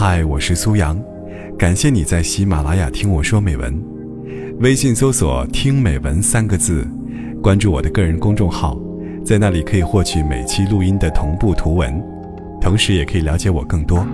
嗨，我是苏阳，感谢你在喜马拉雅听我说美文。微信搜索听美文3个字，关注我的个人公众号，在那里可以获取每期录音的同步图文，同时也可以了解我更多。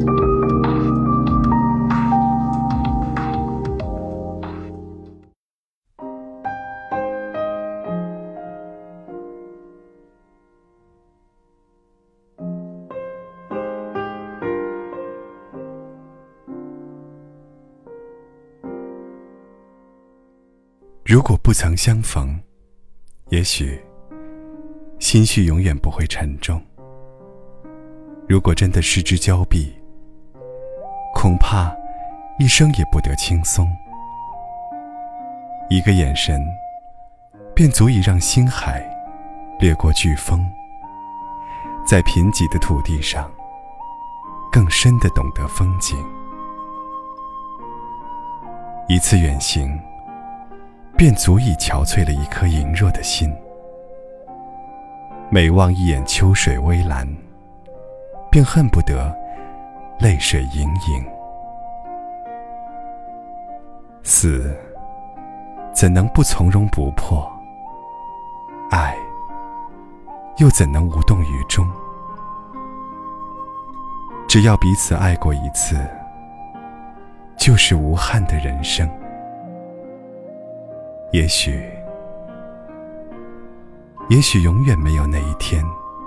如果不曾相逢，也许心绪永远不会沉重。如果真的失之交臂，恐怕一生也不得轻松。一个眼神便足以让星海掠过飓风，在贫瘠的土地上更深地懂得风景。一次远行便足以憔悴了一颗羸弱的心，每望一眼秋水微澜，便恨不得泪水盈盈。死怎能不从容不迫，爱又怎能无动于衷？只要彼此爱过一次，就是无憾的人生。也许永远没有那一天，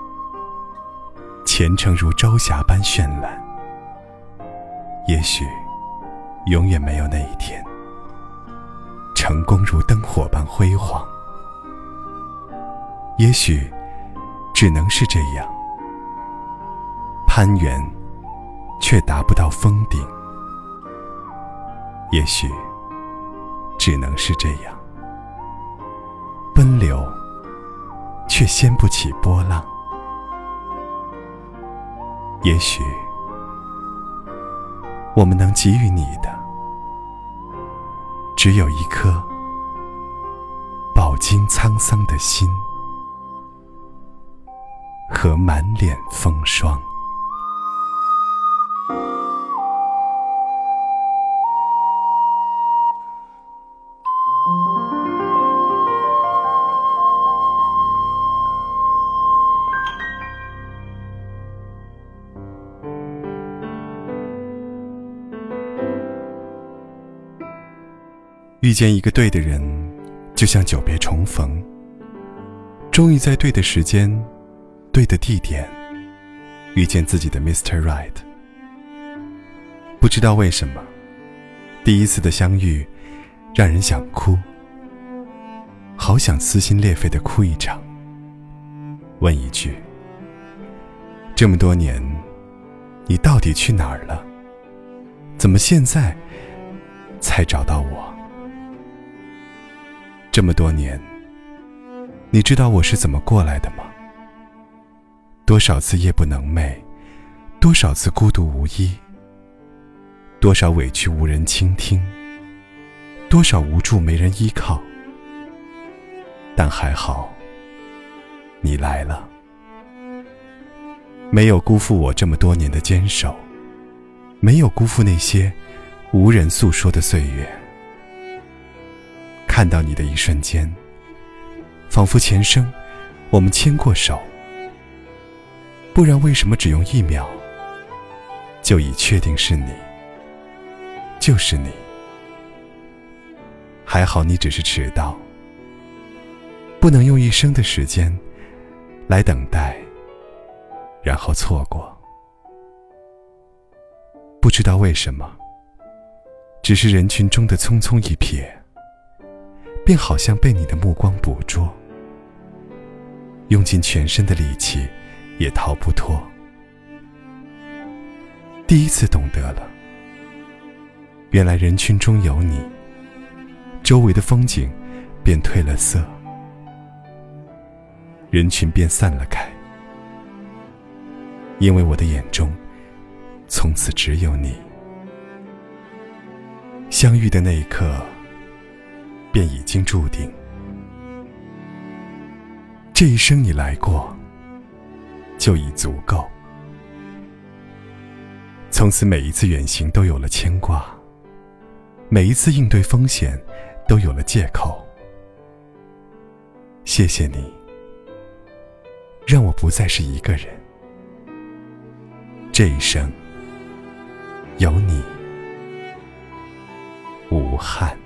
前程如朝霞般绚烂。也许永远没有那一天，成功如灯火般辉煌。也许只能是这样，攀援却达不到峰顶。也许只能是这样，奔流却掀不起波浪。也许我们能给予你的，只有一颗饱经沧桑的心和满脸风霜。遇见一个对的人，就像久别重逢，终于在对的时间、对的地点，遇见自己的 Mr. Right。 不知道为什么，第一次的相遇让人想哭，好想撕心裂肺地哭一场。问一句，这么多年你到底去哪儿了？怎么现在才找到我？这么多年，你知道我是怎么过来的吗？多少次夜不能寐，多少次孤独无依，多少委屈无人倾听，多少无助没人依靠。但还好，你来了，没有辜负我这么多年的坚守，没有辜负那些无人诉说的岁月。看到你的一瞬间，仿佛前生我们牵过手，不然为什么只用1秒就已确定是你，就是你？还好你只是迟到，不能用一生的时间来等待，然后错过。不知道为什么，只是人群中的匆匆一瞥，便好像被你的目光捕捉，用尽全身的力气也逃不脱。第一次懂得了，原来人群中有你，周围的风景便褪了色，人群便散了开，因为我的眼中从此只有你。相遇的那一刻便已经注定，这一生你来过就已足够。 从此每一次远行都有了牵挂，每一次应对风险都有了借口。谢谢你，让我不再是一个人。这一生有你无憾。